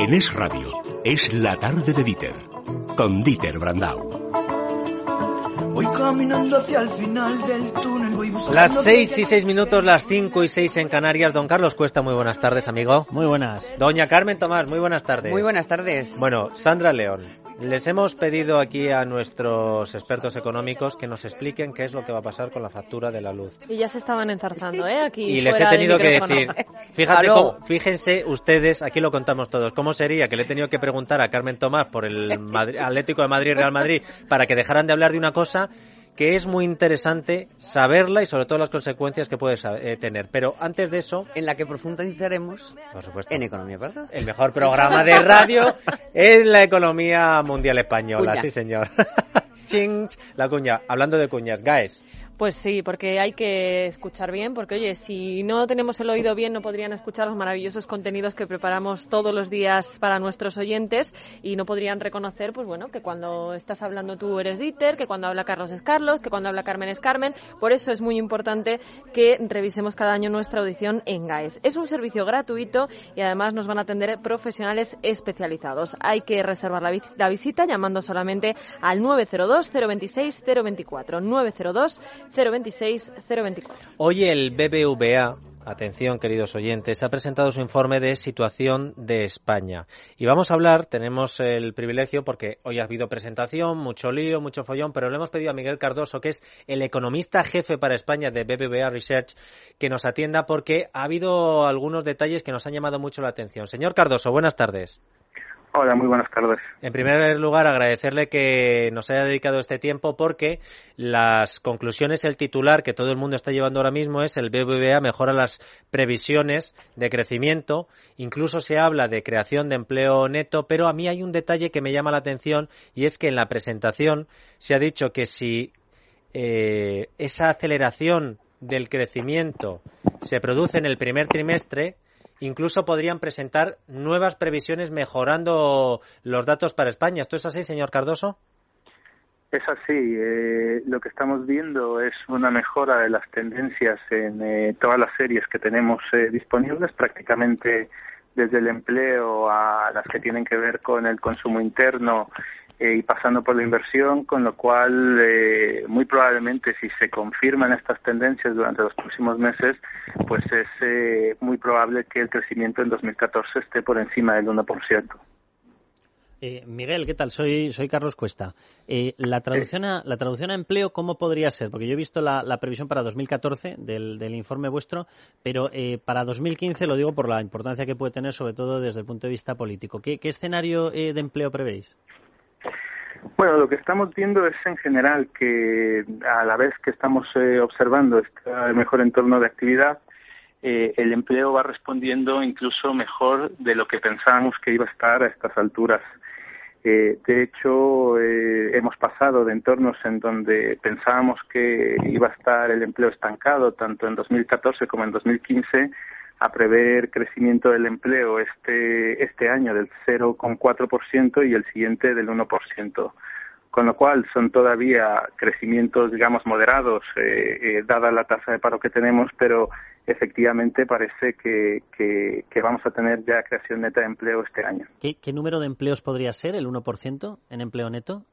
En Es Radio, es la tarde de Dieter, con Dieter Brandau. Voy caminando hacia el final del túnel, voy buscando... Las 6:06, las 5:06 en Canarias. Don Carlos Cuesta, muy buenas tardes, amigo. Muy buenas. Doña Carmen Tomás, muy buenas tardes. Muy buenas tardes. Bueno, Sandra León, les hemos pedido aquí a nuestros expertos económicos que nos expliquen qué es lo que va a pasar con la factura de la luz. Y ya se estaban enzarzando, aquí y les he tenido que decir, fíjense ustedes, aquí lo contamos todos, ¿cómo sería que le he tenido que preguntar a Carmen Tomás por el Atlético de Madrid, Real Madrid, para que dejaran de hablar de una cosa que es muy interesante saberla y sobre todo las consecuencias que puede tener. Pero antes de eso... En la que profundizaremos, por supuesto, en Economía para Todos. El mejor programa de radio en la economía mundial española. Cuña. Sí, señor. Ching, la cuña. Hablando de cuñas, Gaes. Pues sí, porque hay que escuchar bien, porque oye, si no tenemos el oído bien no podrían escuchar los maravillosos contenidos que preparamos todos los días para nuestros oyentes y no podrían reconocer, pues bueno, que cuando estás hablando tú eres Dieter, que cuando habla Carlos es Carlos, que cuando habla Carmen es Carmen. Por eso es muy importante que revisemos cada año nuestra audición en GAES. Es un servicio gratuito y además nos van a atender profesionales especializados. Hay que reservar la visita llamando solamente al 902 026 024 902 026 024. Hoy el BBVA, atención queridos oyentes, ha presentado su informe de situación de España. Y vamos a hablar, tenemos el privilegio, porque hoy ha habido presentación, mucho lío, mucho follón, pero le hemos pedido a Miguel Cardoso, que es el economista jefe para España de BBVA Research, que nos atienda porque ha habido algunos detalles que nos han llamado mucho la atención. Señor Cardoso, buenas tardes. Hola, muy buenas tardes. En primer lugar, agradecerle que nos haya dedicado este tiempo porque las conclusiones, el titular que todo el mundo está llevando ahora mismo es el BBVA mejora las previsiones de crecimiento, incluso se habla de creación de empleo neto, pero a mí hay un detalle que me llama la atención y es que en la presentación se ha dicho que si esa aceleración del crecimiento se produce en el primer trimestre, incluso podrían presentar nuevas previsiones mejorando los datos para España. ¿Esto es así, señor Cardoso? Es así. Lo que estamos viendo es una mejora de las tendencias en todas las series que tenemos disponibles, prácticamente desde el empleo a las que tienen que ver con el consumo interno y pasando por la inversión, con lo cual muy probablemente si se confirman estas tendencias durante los próximos meses, pues es muy probable que el crecimiento en 2014 esté por encima del 1%. Miguel, ¿qué tal? Soy Carlos Cuesta. La traducción a empleo, ¿cómo podría ser? Porque yo he visto la previsión para 2014 del informe vuestro, pero para 2015 lo digo por la importancia que puede tener, sobre todo desde el punto de vista político. ¿Qué escenario de empleo prevéis? Bueno, lo que estamos viendo es en general que a la vez que estamos observando este mejor entorno de actividad, el empleo va respondiendo incluso mejor de lo que pensábamos que iba a estar a estas alturas. De hecho, hemos pasado de entornos en donde pensábamos que iba a estar el empleo estancado tanto en 2014 como en 2015 a prever crecimiento del empleo este año del 0,4% y el siguiente del 1%. Con lo cual son todavía crecimientos, digamos, moderados, dada la tasa de paro que tenemos, pero efectivamente parece que vamos a tener ya creación neta de empleo este año. ¿Qué número de empleos podría ser el 1% en empleo neto?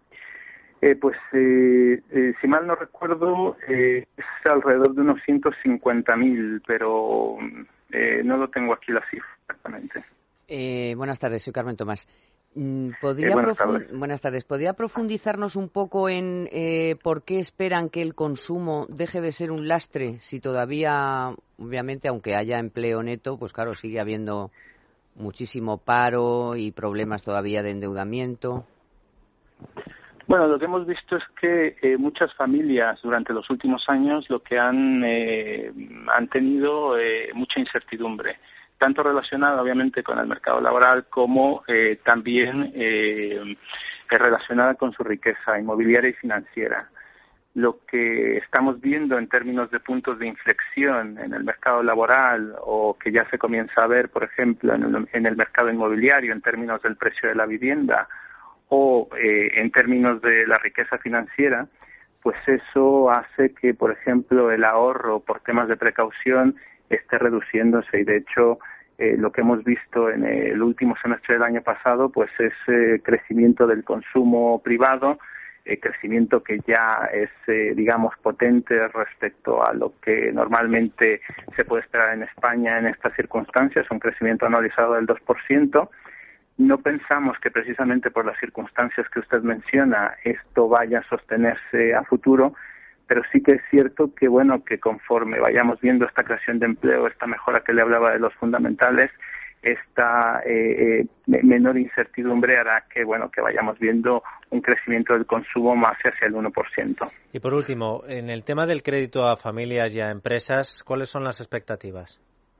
Si mal no recuerdo, es alrededor de unos 150.000, pero no lo tengo aquí la cifra exactamente. Buenas tardes, soy Carmen Tomás. Buenas tardes. ¿Podría profundizarnos un poco en por qué esperan que el consumo deje de ser un lastre si todavía, obviamente, aunque haya empleo neto, pues claro, sigue habiendo muchísimo paro y problemas todavía de endeudamiento? Bueno, lo que hemos visto es que muchas familias durante los últimos años lo que han tenido mucha incertidumbre, tanto relacionada obviamente con el mercado laboral como también relacionada con su riqueza inmobiliaria y financiera. Lo que estamos viendo en términos de puntos de inflexión en el mercado laboral o que ya se comienza a ver, por ejemplo, en el mercado inmobiliario en términos del precio de la vivienda o en términos de la riqueza financiera, pues eso hace que, por ejemplo, el ahorro por temas de precaución esté reduciéndose y, de hecho, lo que hemos visto en el último semestre del año pasado pues es crecimiento del consumo privado, crecimiento que ya es, digamos, potente respecto a lo que normalmente se puede esperar en España en estas circunstancias, un crecimiento anualizado del 2%. No pensamos que precisamente por las circunstancias que usted menciona esto vaya a sostenerse a futuro, pero sí que es cierto que, bueno, que conforme vayamos viendo esta creación de empleo, esta mejora que le hablaba de los fundamentales, esta menor incertidumbre hará que, bueno, que vayamos viendo un crecimiento del consumo más hacia el 1%. Y por último, en el tema del crédito a familias y a empresas, ¿cuáles son las expectativas?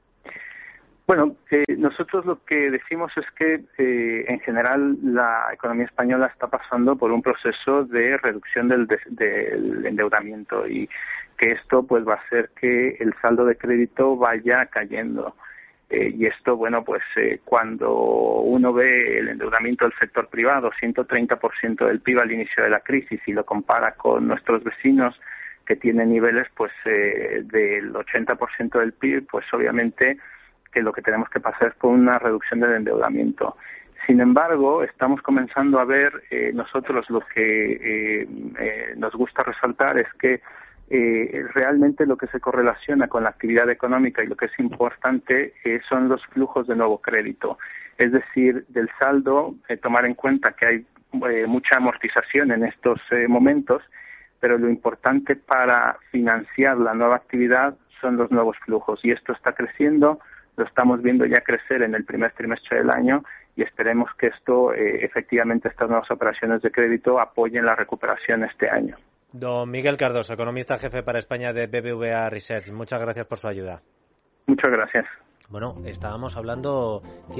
Bueno, nosotros lo que decimos es que en general la economía española está pasando por un proceso de reducción del endeudamiento y que esto pues va a hacer que el saldo de crédito vaya cayendo. Y esto, bueno, pues cuando uno ve el endeudamiento del sector privado, 130% del PIB al inicio de la crisis, y lo compara con nuestros vecinos que tienen niveles pues del 80% del PIB, pues obviamente que lo que tenemos que pasar es por una reducción del endeudamiento. Sin embargo, estamos comenzando a ver nosotros lo que nos gusta resaltar es que realmente lo que se correlaciona con la actividad económica y lo que es importante son los flujos de nuevo crédito. Es decir, del saldo, tomar en cuenta que hay mucha amortización en estos momentos, pero lo importante para financiar la nueva actividad son los nuevos flujos. Y esto está creciendo, lo estamos viendo ya crecer en el primer trimestre del año y esperemos que esto, efectivamente, estas nuevas operaciones de crédito apoyen la recuperación este año. Don Miguel Cardoso, economista jefe para España de BBVA Research. Muchas gracias por su ayuda. Muchas gracias. Bueno, estábamos hablando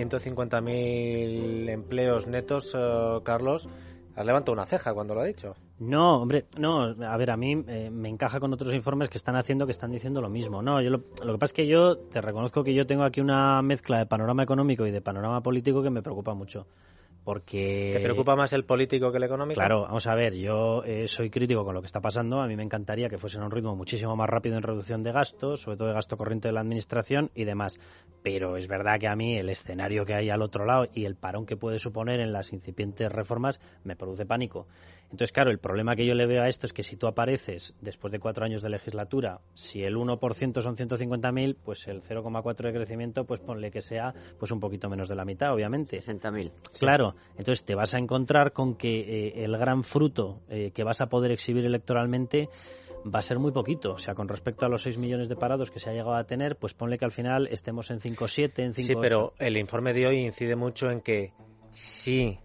150.000 empleos netos, Carlos. ¿Has levantado una ceja cuando lo ha dicho? No, hombre, no. A ver, a mí me encaja con otros informes que están diciendo lo mismo. No, yo lo que pasa es que yo te reconozco que yo tengo aquí una mezcla de panorama económico y de panorama político que me preocupa mucho. Porque... ¿Te preocupa más el político que el económico? Claro, vamos a ver, yo soy crítico con lo que está pasando. A mí me encantaría que fuesen a un ritmo muchísimo más rápido en reducción de gastos, sobre todo de gasto corriente de la administración y demás. Pero es verdad que a mí el escenario que hay al otro lado y el parón que puede suponer en las incipientes reformas me produce pánico. Entonces, claro, el problema que yo le veo a esto es que si tú apareces después de 4 años de legislatura, si el 1% son 150.000, pues el 0,4 de crecimiento, pues ponle que sea pues un poquito menos de la mitad, obviamente. 60.000. Claro, entonces te vas a encontrar con que el gran fruto que vas a poder exhibir electoralmente va a ser muy poquito. O sea, con respecto a los 6 millones de parados que se ha llegado a tener, pues ponle que al final estemos en 5,7, en 5,8. Sí, pero el informe de hoy incide mucho en que si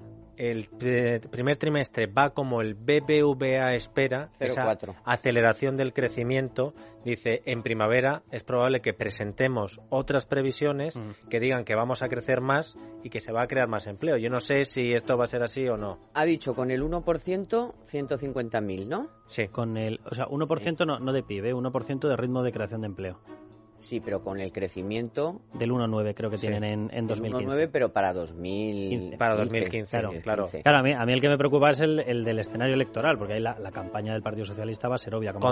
el primer trimestre va como el BBVA espera, 0,4. esa aceleración del crecimiento, dice, en primavera es probable que presentemos otras previsiones que digan que vamos a crecer más y que se va a crear más empleo. Yo no sé si esto va a ser así o no. Ha dicho con el 1%, 150.000, ¿no? Sí. Con el, o sea, 1% no de PIB, 1% de ritmo de creación de empleo. Sí, pero con el crecimiento... Del 1,9 creo que tienen en 2015. 1,9, pero para 2015. Para 2015, claro. Claro, a mí el que me preocupa es el del escenario electoral, porque ahí la campaña del Partido Socialista va a ser obvia. Con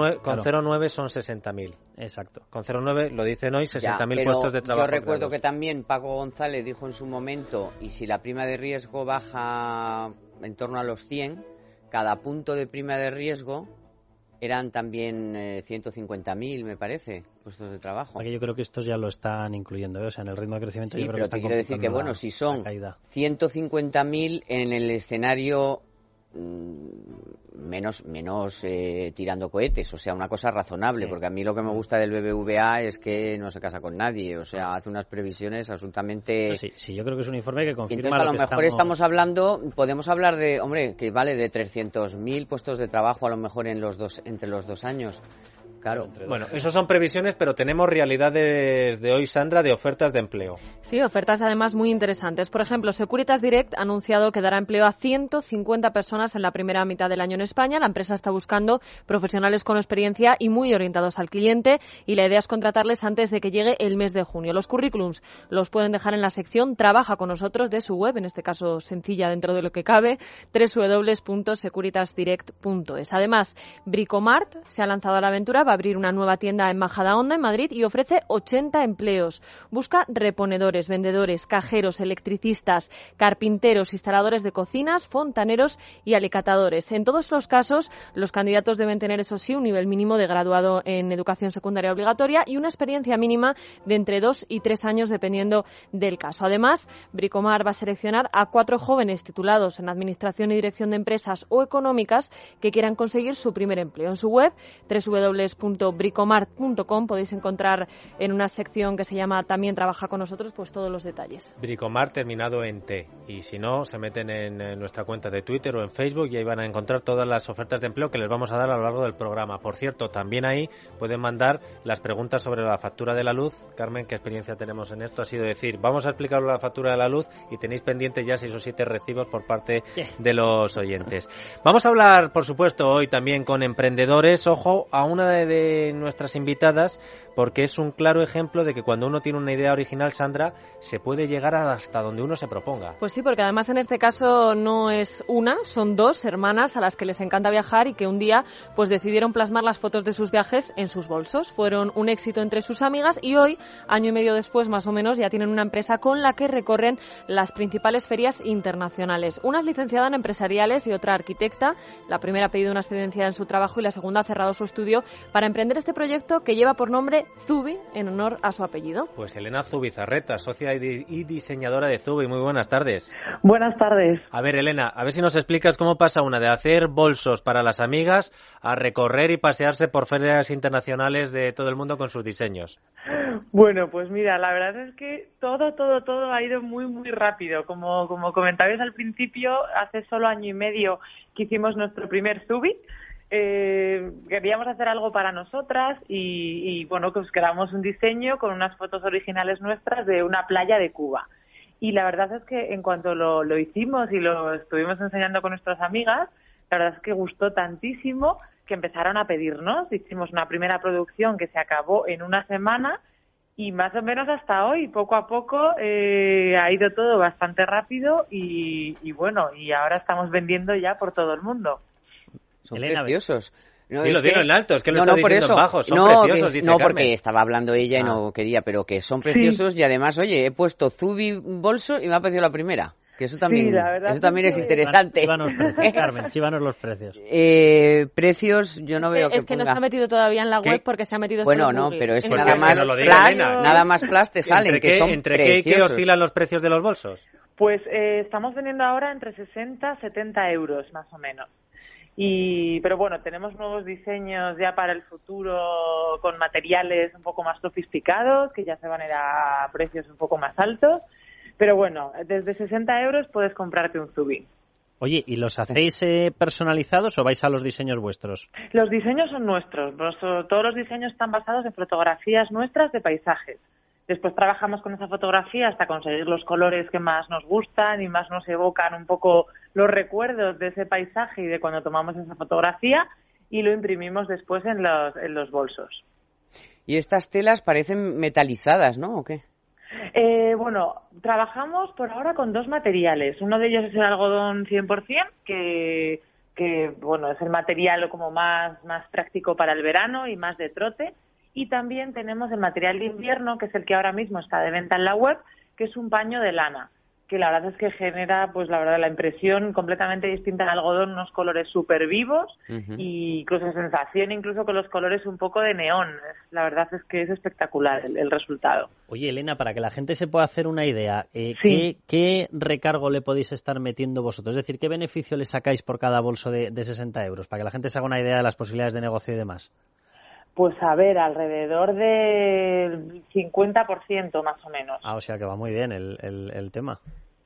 0,9 son 60.000. Exacto. Con 0,9 lo dicen hoy, 60.000 puestos de trabajo. Yo recuerdo que también Paco González dijo en su momento, y si la prima de riesgo baja en torno a los 100, cada punto de prima de riesgo eran también 150.000, me parece, puestos de trabajo. Aquí yo creo que estos ya lo están incluyendo, o sea, en el ritmo de crecimiento. Sí, yo creo pero que te quiero decir que, bueno, si son 150.000 en el escenario menos tirando cohetes, o sea, una cosa razonable, porque a mí lo que me gusta del BBVA es que no se casa con nadie, o sea, hace unas previsiones absolutamente... Sí, yo creo que es un informe que confirma. Entonces, a lo mejor estamos hablando, podemos hablar de, hombre, que vale de 300.000 puestos de trabajo a lo mejor entre los 2 años. Claro. Bueno, eso son previsiones, pero tenemos realidades de hoy, Sandra, de ofertas de empleo. Sí, ofertas además muy interesantes. Por ejemplo, Securitas Direct ha anunciado que dará empleo a 150 personas en la primera mitad del año en España. La empresa está buscando profesionales con experiencia y muy orientados al cliente, y la idea es contratarles antes de que llegue el mes de junio. Los currículums los pueden dejar en la sección Trabaja con nosotros de su web, en este caso sencilla dentro de lo que cabe, www.securitasdirect.es. Además, Bricomart se ha lanzado a la aventura, va abrir una nueva tienda en Majadahonda, en Madrid, y ofrece 80 empleos. Busca reponedores, vendedores, cajeros, electricistas, carpinteros, instaladores de cocinas, fontaneros y alicatadores. En todos los casos, los candidatos deben tener, eso sí, un nivel mínimo de graduado en educación secundaria obligatoria y una experiencia mínima de entre 2 y 3 años, dependiendo del caso. Además, Bricomar va a seleccionar a 4 jóvenes titulados en Administración y Dirección de Empresas o Económicas que quieran conseguir su primer empleo. En su web, www.bricomart.com, podéis encontrar en una sección que se llama También trabaja con nosotros, pues todos los detalles. Bricomart terminado en T. Y si no, se meten en nuestra cuenta de Twitter o en Facebook y ahí van a encontrar todas las ofertas de empleo que les vamos a dar a lo largo del programa. Por cierto, también ahí pueden mandar las preguntas sobre la factura de la luz. Carmen, ¿qué experiencia tenemos en esto? Ha sido decir, vamos a explicar la factura de la luz y tenéis pendientes ya 6 o 7 recibos por parte de los oyentes. Vamos a hablar, por supuesto, hoy también con emprendedores. Ojo a una de nuestras invitadas, porque es un claro ejemplo de que cuando uno tiene una idea original, Sandra, se puede llegar hasta donde uno se proponga. Pues sí, porque además en este caso no es una, son 2 hermanas a las que les encanta viajar y que un día pues decidieron plasmar las fotos de sus viajes en sus bolsos. Fueron un éxito entre sus amigas y hoy, año y medio después más o menos, ya tienen una empresa con la que recorren las principales ferias internacionales. Una es licenciada en empresariales y otra arquitecta. La primera ha pedido una excedencia en su trabajo y la segunda ha cerrado su estudio para emprender este proyecto que lleva por nombre Zubi, en honor a su apellido. Pues Elena Zubizarreta, socia y diseñadora de Zubi. Muy buenas tardes. Buenas tardes. A ver, Elena, a ver si nos explicas cómo pasa una de hacer bolsos para las amigas a recorrer y pasearse por ferias internacionales de todo el mundo con sus diseños. Bueno, pues mira, la verdad es que todo ha ido muy, muy rápido. Como comentabais al principio, hace solo año y medio que hicimos nuestro primer Zubi. Queríamos hacer algo para nosotras y bueno, pues creamos un diseño con unas fotos originales nuestras de una playa de Cuba. Y la verdad es que en cuanto lo hicimos y lo estuvimos enseñando con nuestras amigas, la verdad es que gustó tantísimo que empezaron a pedirnos. Hicimos una primera producción que se acabó en una semana y más o menos hasta hoy, poco a poco, ha ido todo bastante rápido y bueno, y ahora estamos vendiendo ya por todo el mundo. Son Elena, preciosos. No, dilo en alto, es que lo no, está diciendo en bajo. Son preciosos, dice no, Carmen. porque estaba hablando ella y no quería, pero que son preciosos y además, oye, he puesto Zubi bolso y me ha parecido la primera. Que eso también, es interesante. Chívanos precios, Carmen, chívanos los precios. Precios, yo no veo Es que no se ha metido todavía en la web porque se ha metido bueno, en Google. Pero es que pues nada más plus te salen, ¿Entre qué y qué oscilan los precios de los bolsos? Pues estamos vendiendo ahora entre 60 y 70 euros, más o menos. Pero bueno, tenemos nuevos diseños ya para el futuro con materiales un poco más sofisticados, que ya se van a ir a precios un poco más altos. Pero bueno, desde 60 euros puedes comprarte un Zubi. Oye, ¿y los hacéis personalizados o vais a los diseños vuestros? Los diseños son nuestros. Todos los diseños están basados en fotografías nuestras de paisajes. Después trabajamos con esa fotografía hasta conseguir los colores que más nos gustan y más nos evocan un poco los recuerdos de ese paisaje y de cuando tomamos esa fotografía y lo imprimimos después en los bolsos. Y estas telas parecen metalizadas, ¿no? ¿O qué? Bueno, trabajamos por ahora con 2 materiales. Uno de ellos es el algodón 100%, que bueno, es el material como más práctico para el verano y más de trote. Y también tenemos el material de invierno, que es el que ahora mismo está de venta en la web, que es un paño de lana, que la verdad es que genera, pues la verdad, la impresión completamente distinta al algodón, unos colores súper vivos y incluso sensación, incluso con los colores un poco de neón. La verdad es que es espectacular el resultado. Oye, Elena, para que la gente se pueda hacer una idea, sí. ¿qué recargo le podéis estar metiendo vosotros? Es decir, ¿qué beneficio le sacáis por cada bolso de 60 euros? Para que la gente se haga una idea de las posibilidades de negocio y demás. Pues a ver, alrededor del 50% más o menos. O sea que va muy bien el tema.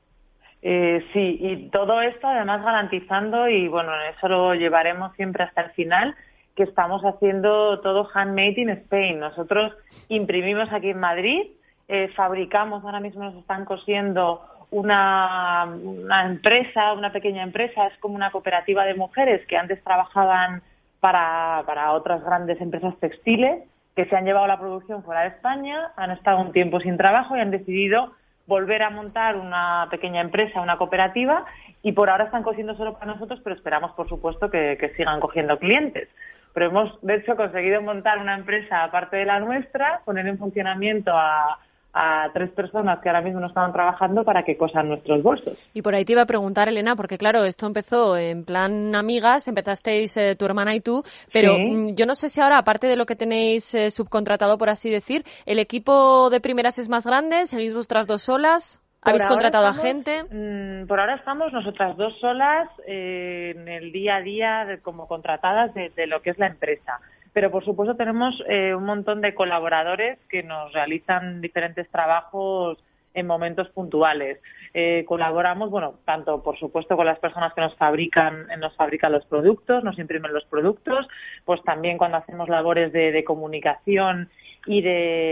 Sí, y todo esto además garantizando, y bueno, eso lo llevaremos siempre hasta el final, que estamos haciendo todo handmade in Spain. Nosotros imprimimos aquí en Madrid, fabricamos, ahora mismo nos están cosiendo una empresa, una pequeña empresa, es como una cooperativa de mujeres que antes trabajaban para otras grandes empresas textiles que se han llevado la producción fuera de España, han estado un tiempo sin trabajo y han decidido volver a montar una pequeña empresa, una cooperativa, y por ahora están cosiendo solo para nosotros, pero esperamos, por supuesto, que sigan cogiendo clientes. pero hemos de hecho conseguido montar una empresa aparte de la nuestra, poner en funcionamiento a 3 personas que ahora mismo no estaban trabajando para que cosan nuestros bolsos. Y por ahí te iba a preguntar, Elena, porque claro, esto empezó en plan amigas, empezasteis tu hermana y tú, pero Sí. Yo no sé si ahora, aparte de lo que tenéis subcontratado, por así decir, ¿el equipo de primeras es más grande? ¿Seguís vosotras 2 solas? ¿Habéis contratado a gente? Por ahora estamos nosotras 2 solas en el día a día como contratadas de lo que es la empresa. Pero, por supuesto, tenemos un montón de colaboradores que nos realizan diferentes trabajos en momentos puntuales. Colaboramos, tanto, por supuesto, con las personas que nos fabrican los productos, nos imprimen los productos, pues también cuando hacemos labores de comunicación y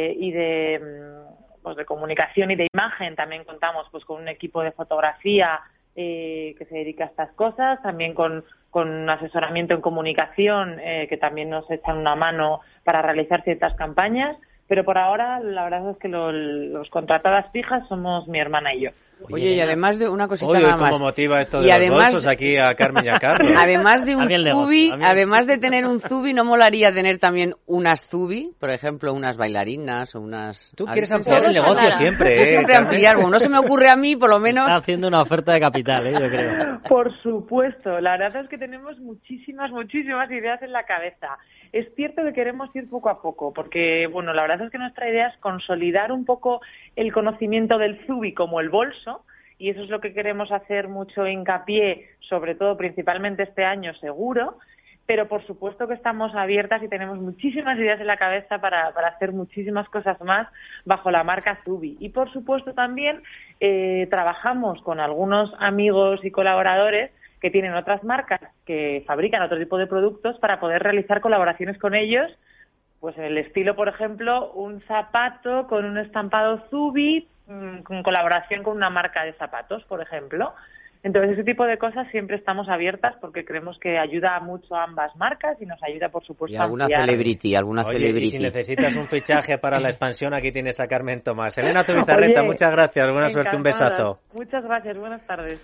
de comunicación y de imagen, también contamos pues con un equipo de fotografía que se dedica a estas cosas, también con asesoramiento en comunicación que también nos echan una mano para realizar ciertas campañas, pero por ahora la verdad es que los contratadas fijas somos mi hermana y yo. Oye, y además de una cosita Oye, nada más. ¿cómo motiva esto de Y los además, bolsos aquí a Carmen y a Carlos? Además de un A mí el negocio, zubi, a mí- además de tener un zubi, ¿no molaría tener también unas zubi? Por ejemplo, unas bailarinas o unas... Tú ¿Has quieres pensado ampliar el eso? negocio Clara. siempre, Yo siempre Carmen? ampliar, como no se me ocurre a mí, por lo menos... Está haciendo una oferta de capital, yo creo. Por supuesto, la verdad es que tenemos muchísimas ideas en la cabeza. Es cierto que queremos ir poco a poco, porque, la verdad es que nuestra idea es consolidar un poco el conocimiento del zubi como el bolso, y eso es lo que queremos hacer mucho hincapié, sobre todo, principalmente este año, seguro, pero por supuesto que estamos abiertas y tenemos muchísimas ideas en la cabeza para hacer muchísimas cosas más bajo la marca Zubi. Y por supuesto también trabajamos con algunos amigos y colaboradores que tienen otras marcas que fabrican otro tipo de productos para poder realizar colaboraciones con ellos, pues en el estilo, por ejemplo, un zapato con un estampado Zubi, con colaboración con una marca de zapatos, por ejemplo. Entonces, ese tipo de cosas siempre estamos abiertas porque creemos que ayuda mucho a ambas marcas y nos ayuda, por supuesto, Y alguna a ampliar. alguna Oye, celebrity. y si necesitas un fichaje para la expansión, aquí tienes a Carmen Tomás. Elena Zubizarreta, Oye, muchas gracias, buena suerte, un encantada. besazo. Muchas gracias, buenas tardes.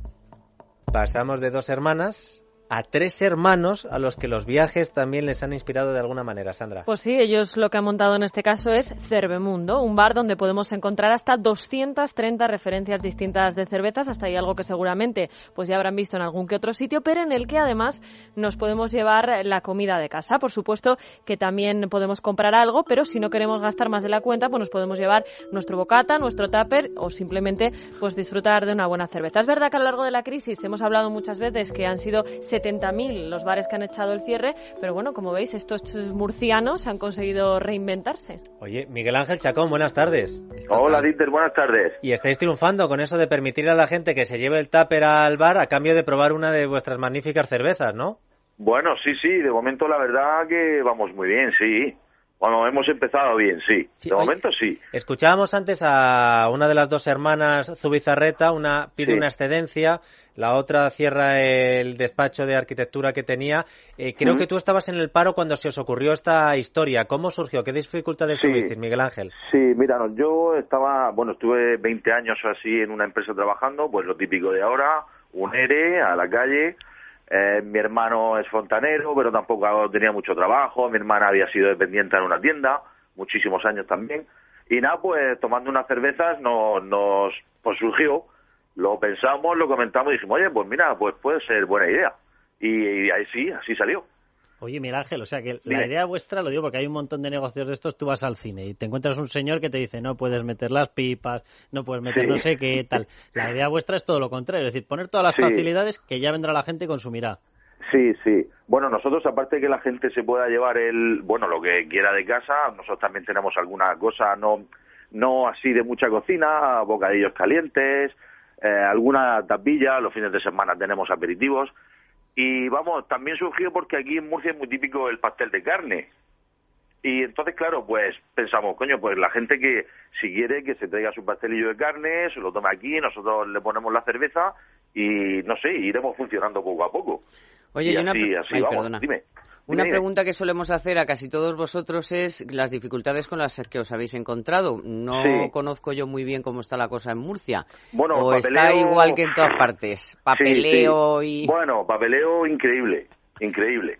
Pasamos de 2 hermanas a 3 hermanos a los que los viajes también les han inspirado de alguna manera, Sandra. Pues sí, ellos lo que han montado en este caso es Cervemundo, un bar donde podemos encontrar hasta 230 referencias distintas de cervezas, hasta ahí algo que seguramente pues ya habrán visto en algún que otro sitio, pero en el que además nos podemos llevar la comida de casa. Por supuesto que también podemos comprar algo, pero si no queremos gastar más de la cuenta, pues nos podemos llevar nuestro bocata, nuestro tupper o simplemente pues disfrutar de una buena cerveza. Es verdad que a lo largo de la crisis hemos hablado muchas veces que han sido 70.000 los bares que han echado el cierre, pero bueno, como veis, estos murcianos han conseguido reinventarse. Oye, Miguel Ángel Chacón, buenas tardes. Hola, Dieter, buenas tardes. Y estáis triunfando con eso de permitir a la gente que se lleve el tupper al bar a cambio de probar una de vuestras magníficas cervezas, ¿no? Bueno, sí, de momento la verdad que vamos muy bien, sí. Bueno, hemos empezado bien, sí. Sí, De oye, momento sí. Escuchábamos antes a una de las 2 hermanas Zubizarreta, una pide Sí. una excedencia, la otra cierra el despacho de arquitectura que tenía. Creo que tú estabas en el paro cuando se os ocurrió esta historia. ¿Cómo surgió? ¿Qué dificultades tuvisteis, Miguel Ángel? Sí, mira, yo estuve 20 años así en una empresa trabajando, pues lo típico de ahora, un ERE a la calle. Mi hermano es fontanero, pero tampoco tenía mucho trabajo. Mi hermana había sido dependiente en una tienda, muchísimos años también. Y nada, pues tomando unas cervezas nos surgió, lo pensamos, lo comentamos y dijimos, oye, pues mira, pues puede ser buena idea. Y ahí sí, así salió. Oye, Miguel Ángel, o sea que Dime. la idea vuestra, lo digo porque hay un montón de negocios de estos, tú vas al cine y te encuentras un señor que te dice no puedes meter las pipas, no puedes meter Sí. no sé qué, tal. La idea vuestra es todo lo contrario, es decir, poner todas las Sí. facilidades que ya vendrá la gente y consumirá. Sí. Bueno, nosotros, aparte de que la gente se pueda llevar lo que quiera de casa, nosotros también tenemos alguna cosa, no así de mucha cocina, bocadillos calientes, alguna tapilla, los fines de semana tenemos aperitivos. Y también surgió porque aquí en Murcia es muy típico el pastel de carne. Y entonces, claro, pues pensamos, pues la gente que si quiere que se traiga su pastelillo de carne, se lo tome aquí, nosotros le ponemos la cerveza y, no sé, iremos funcionando poco a poco. Oye, y y así vamos, perdona. dime. Una Dime. pregunta que solemos hacer a casi todos vosotros es las dificultades con las que os habéis encontrado. No Sí. conozco yo muy bien cómo está la cosa en Murcia. Bueno, o papeleo... está igual que en todas partes. Papeleo Sí. y... Bueno, papeleo increíble.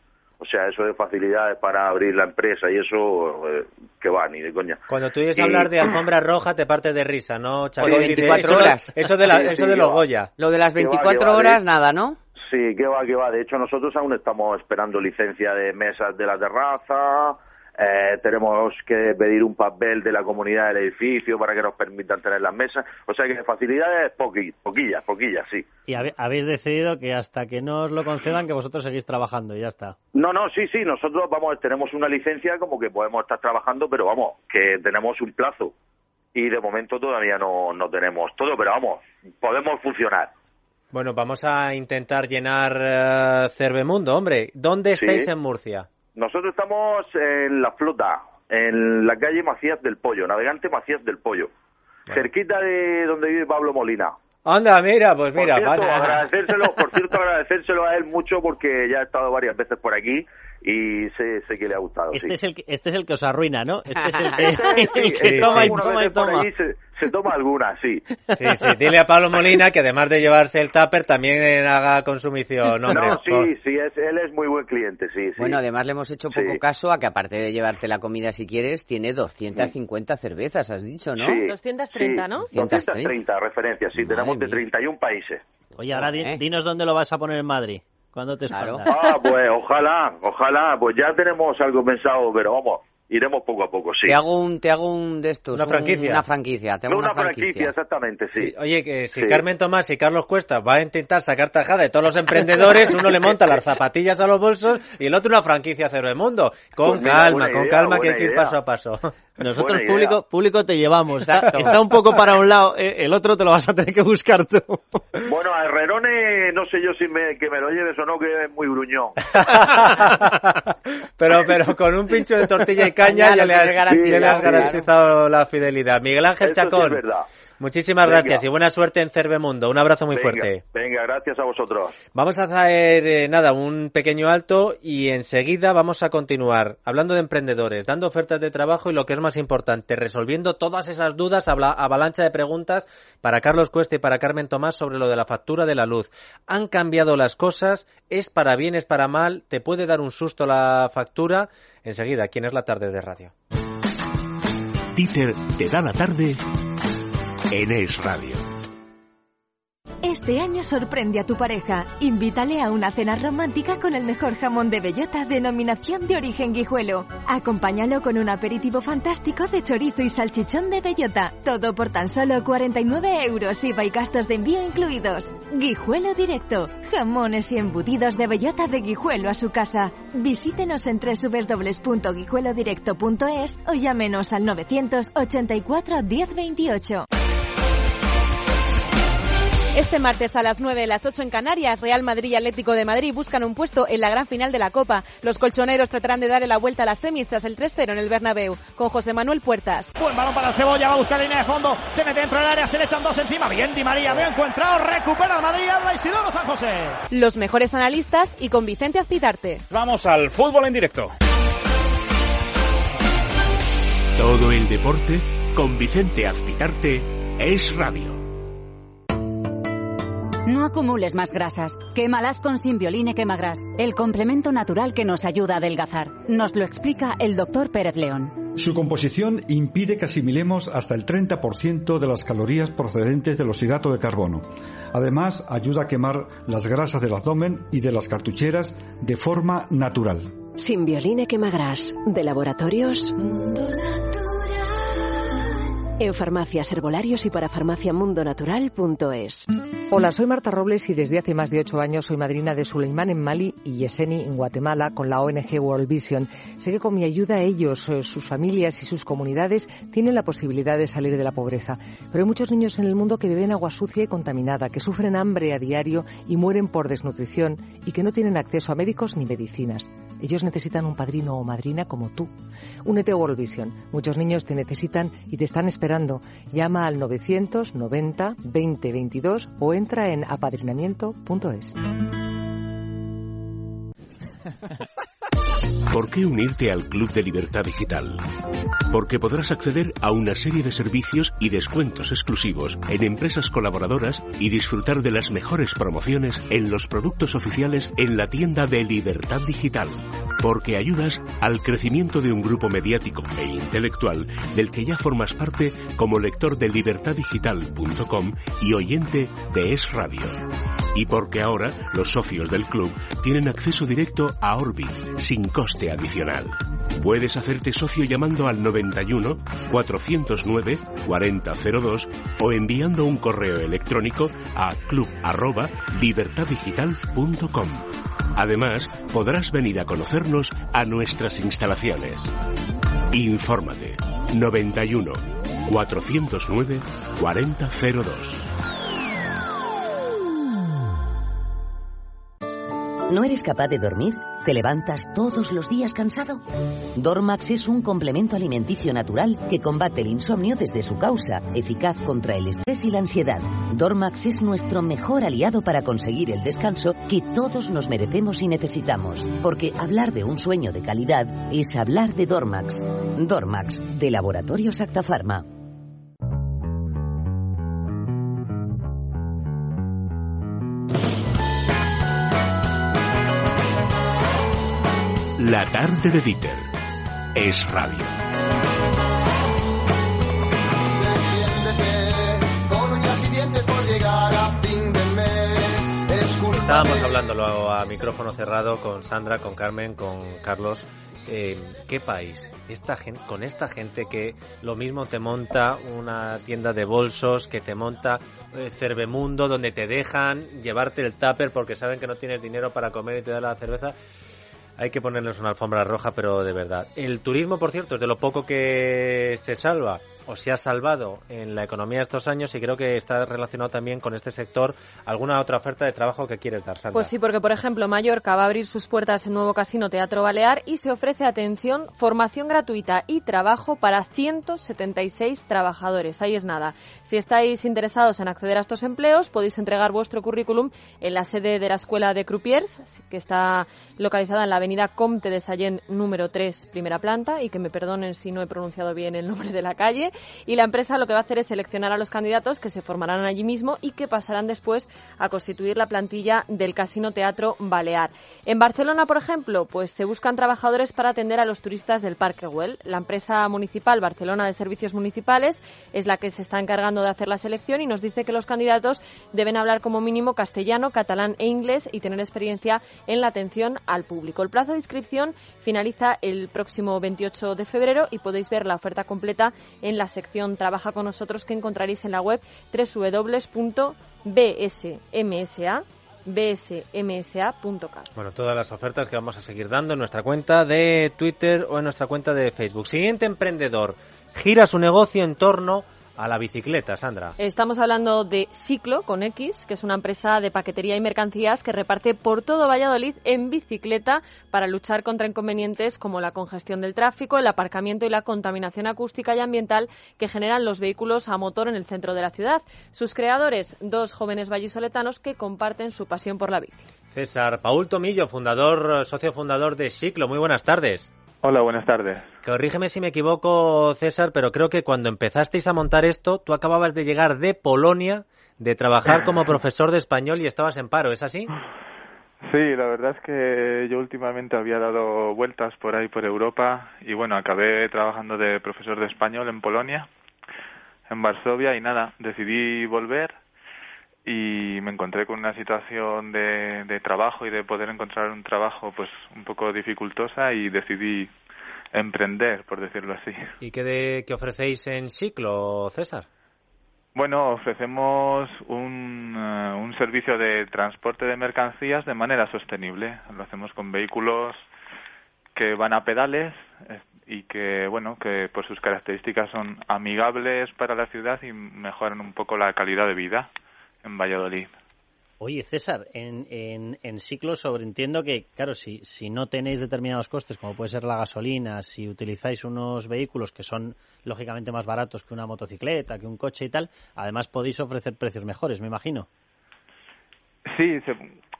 O sea, eso de facilidades para abrir la empresa y eso, que va, ni de coña. Cuando tú oyes hablar de alfombra roja te partes de risa, ¿no, Chacón? O de 24 horas. Eso de los Goya. Lo de las 24 horas, nada, ¿no? Sí, que va. De hecho, nosotros aún estamos esperando licencia de mesas de la terraza. Tenemos que pedir un papel de la comunidad del edificio para que nos permitan tener las mesas. O sea que facilidades poquillas, sí. Y habéis decidido que hasta que no os lo concedan, que vosotros seguís trabajando y ya está. No, sí, nosotros tenemos una licencia como que podemos estar trabajando, pero vamos, que tenemos un plazo. Y de momento todavía no tenemos todo, pero vamos, podemos funcionar. Bueno, vamos a intentar llenar Cervemundo, hombre. ¿Dónde estáis en Murcia? Nosotros estamos en La Flota, en la calle Macías del Pollo, Navegante Macías del Pollo, cerquita de donde vive Pablo Molina. Anda, mira, pues mira. Por cierto, agradecérselo a él mucho porque ya ha estado varias veces por aquí y sé que le ha gustado. Este es el que os arruina, ¿no? Este es el que toma y toma y toma. Se toma alguna, sí. Sí, dile a Pablo Molina que además de llevarse el tupper también haga consumición, hombre. No, sí, él es muy buen cliente, sí. Bueno, además le hemos hecho poco caso a que aparte de llevarte la comida si quieres, tiene 250 cervezas, has dicho, ¿no? Sí, 230, ¿no? 230 referencias, sí, Madre tenemos de mía. 31 países. Oye, ahora dinos dónde lo vas a poner en Madrid. ¿Cuándo te expandas? Pues ojalá, pues ya tenemos algo pensado, pero vamos, iremos poco a poco, sí. Te hago un de estos. ¿Una franquicia? Una franquicia. Una franquicia, exactamente, sí. Oye, que si Carmen Tomás y Carlos Cuesta va a intentar sacar tajada de todos los emprendedores, uno le monta las zapatillas a los bolsos y el otro una franquicia Cervemundo. Con calma, que hay que ir paso a paso. Nosotros público te llevamos. Está un poco para un lado, el otro te lo vas a tener que buscar tú. Bueno, a Herrerone no sé yo que me lo lleves o no, que es muy gruñón. pero con un pincho de tortilla y caña ya le has garantizado la fidelidad. Miguel Ángel Chacón, sí es verdad. Muchísimas gracias y buena suerte en Cervemundo. Un abrazo muy fuerte. Venga, gracias a vosotros. Vamos a hacer, un pequeño alto y enseguida vamos a continuar hablando de emprendedores, dando ofertas de trabajo y lo que es más importante, resolviendo todas esas dudas, avalancha de preguntas para Carlos Cuesta y para Carmen Tomás sobre lo de la factura de la luz. ¿Han cambiado las cosas? ¿Es para bien, es para mal? ¿Te puede dar un susto la factura? Enseguida, aquí en Es la Tarde de Radio. Dieter te da la tarde en Es Radio. Este año sorprende a tu pareja. Invítale a una cena romántica con el mejor jamón de bellota, denominación de origen Guijuelo. Acompáñalo con un aperitivo fantástico de chorizo y salchichón de bellota. Todo por tan solo 49 €, IVA y gastos de envío incluidos. Guijuelo Directo. Jamones y embutidos de bellota de Guijuelo a su casa. Visítenos en www.guijuelodirecto.es o llámenos al 984 1028. Este martes a las 9, las 8 en Canarias, Real Madrid y Atlético de Madrid buscan un puesto en la gran final de la Copa. Los colchoneros tratarán de darle la vuelta a las semis tras el 3-0 en el Bernabéu, con José Manuel Puertas. Buen balón para el Cebolla, va a buscar línea de fondo, se mete dentro del área, se le echan dos encima, bien Di María, bien encontrado, recupera el Madrid, habla Isidoro San José. Los mejores analistas y con Vicente Azpitarte. Vamos al fútbol en directo. Todo el deporte con Vicente Azpitarte es Radio. No acumules más grasas. Quémalas con Simbioline Quemagras, el complemento natural que nos ayuda a adelgazar. Nos lo explica el doctor Pérez León. Su composición impide que asimilemos hasta el 30% de las calorías procedentes del oxidato de carbono. Además, ayuda a quemar las grasas del abdomen y de las cartucheras de forma natural. Simbioline Quemagras, de Laboratorios Mundo Natural. En farmacias, herbolarios y para farmaciamundonatural.es. Hola, soy Marta Robles y desde hace más de 8 años soy madrina de Suleimán en Mali y Yeseni en Guatemala con la ONG World Vision. Sé que con mi ayuda ellos, sus familias y sus comunidades tienen la posibilidad de salir de la pobreza. Pero hay muchos niños en el mundo que beben agua sucia y contaminada, que sufren hambre a diario y mueren por desnutrición y que no tienen acceso a médicos ni medicinas. Ellos necesitan un padrino o madrina como tú. Únete a World Vision. Muchos niños te necesitan y te están esperando. Llama al 990 20 22 o entra en apadrinamiento.es. ¿Por qué unirte al Club de Libertad Digital? Porque podrás acceder a una serie de servicios y descuentos exclusivos en empresas colaboradoras y disfrutar de las mejores promociones en los productos oficiales en la tienda de Libertad Digital. Porque ayudas al crecimiento de un grupo mediático e intelectual del que ya formas parte como lector de libertaddigital.com y oyente de Es Radio. Y porque ahora los socios del club tienen acceso directo a Orbit sin coste adicional. Puedes hacerte socio llamando al 91 409 4002 o enviando un correo electrónico a club@libertaddigital.com. Además, podrás venir a conocernos a nuestras instalaciones. Infórmate 91 409 4002. ¿No eres capaz de dormir? ¿Te levantas todos los días cansado? Dormax es un complemento alimenticio natural que combate el insomnio desde su causa, eficaz contra el estrés y la ansiedad. Dormax es nuestro mejor aliado para conseguir el descanso que todos nos merecemos y necesitamos, porque hablar de un sueño de calidad es hablar de Dormax. Dormax, de Laboratorios Acta Pharma. La tarde de Dieter. Es Radio. Estábamos hablándolo a micrófono cerrado con Sandra, con Carmen, con Carlos. ¿Qué país? Con esta gente que lo mismo te monta una tienda de bolsos, que te monta Cervemundo, donde te dejan llevarte el tupper porque saben que no tienes dinero para comer y te dan la cerveza. Hay que ponerles una alfombra roja, pero de verdad. El turismo, por cierto, es de lo poco que se salva o se ha salvado en la economía de estos años, y creo que está relacionado también con este sector. ¿Alguna otra oferta de trabajo que quieres dar, Sandra? Pues sí, porque por ejemplo Mallorca va a abrir sus puertas el nuevo casino Teatro Balear y se ofrece, atención, formación gratuita y trabajo para 176 trabajadores. Ahí es nada. Si estáis interesados en acceder a estos empleos, podéis entregar vuestro currículum en la sede de la Escuela de Croupiers, que está localizada en la avenida Comte de Sallent número 3, primera planta, y que me perdonen si no he pronunciado bien el nombre de la calle. Y la empresa lo que va a hacer es seleccionar a los candidatos que se formarán allí mismo y que pasarán después a constituir la plantilla del Casino Teatro Balear. En Barcelona, por ejemplo, pues se buscan trabajadores para atender a los turistas del Parque Güell. La empresa municipal Barcelona de Servicios Municipales es la que se está encargando de hacer la selección y nos dice que los candidatos deben hablar como mínimo castellano, catalán e inglés y tener experiencia en la atención al público. El plazo de inscripción finaliza el próximo 28 de febrero y podéis ver la oferta completa en la sección Trabaja con nosotros, que encontraréis en la web www.bsmsa.cat. Bueno, todas las ofertas que vamos a seguir dando en nuestra cuenta de Twitter o en nuestra cuenta de Facebook. Siguiente emprendedor gira su negocio en torno a la bicicleta, Sandra. Estamos hablando de Ciclo, con X, que es una empresa de paquetería y mercancías que reparte por todo Valladolid en bicicleta para luchar contra inconvenientes como la congestión del tráfico, el aparcamiento y la contaminación acústica y ambiental que generan los vehículos a motor en el centro de la ciudad. Sus creadores, dos jóvenes vallisoletanos que comparten su pasión por la bici. César Paul Tomillo, socio fundador de Ciclo. Muy buenas tardes. Hola, buenas tardes. Corrígeme si me equivoco, César, pero creo que cuando empezasteis a montar esto, tú acababas de llegar de Polonia, de trabajar como profesor de español y estabas en paro, ¿es así? Sí, la verdad es que yo últimamente había dado vueltas por ahí, por Europa, y bueno, acabé trabajando de profesor de español en Polonia, en Varsovia, y nada, decidí volver y me encontré con una situación de trabajo y de poder encontrar un trabajo pues un poco dificultosa y decidí emprender, por decirlo así. ¿Y qué ofrecéis en Ciclo, César? Bueno, ofrecemos un servicio de transporte de mercancías de manera sostenible. Lo hacemos con vehículos que van a pedales y que, bueno, que por sus características son amigables para la ciudad y mejoran un poco la calidad de vida en Valladolid. Oye, César, en Ciclo sobreentiendo que, claro, si no tenéis determinados costes, como puede ser la gasolina, si utilizáis unos vehículos que son lógicamente más baratos que una motocicleta, que un coche y tal, además podéis ofrecer precios mejores, me imagino. Sí,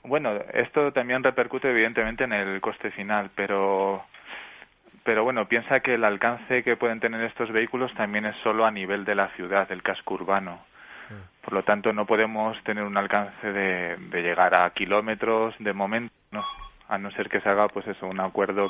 Bueno, esto también repercute evidentemente en el coste final, pero bueno, piensa que el alcance que pueden tener estos vehículos también es solo a nivel de la ciudad, del casco urbano. Por lo tanto, no podemos tener un alcance de llegar a kilómetros de momento, ¿no? A no ser que se haga, pues eso, un acuerdo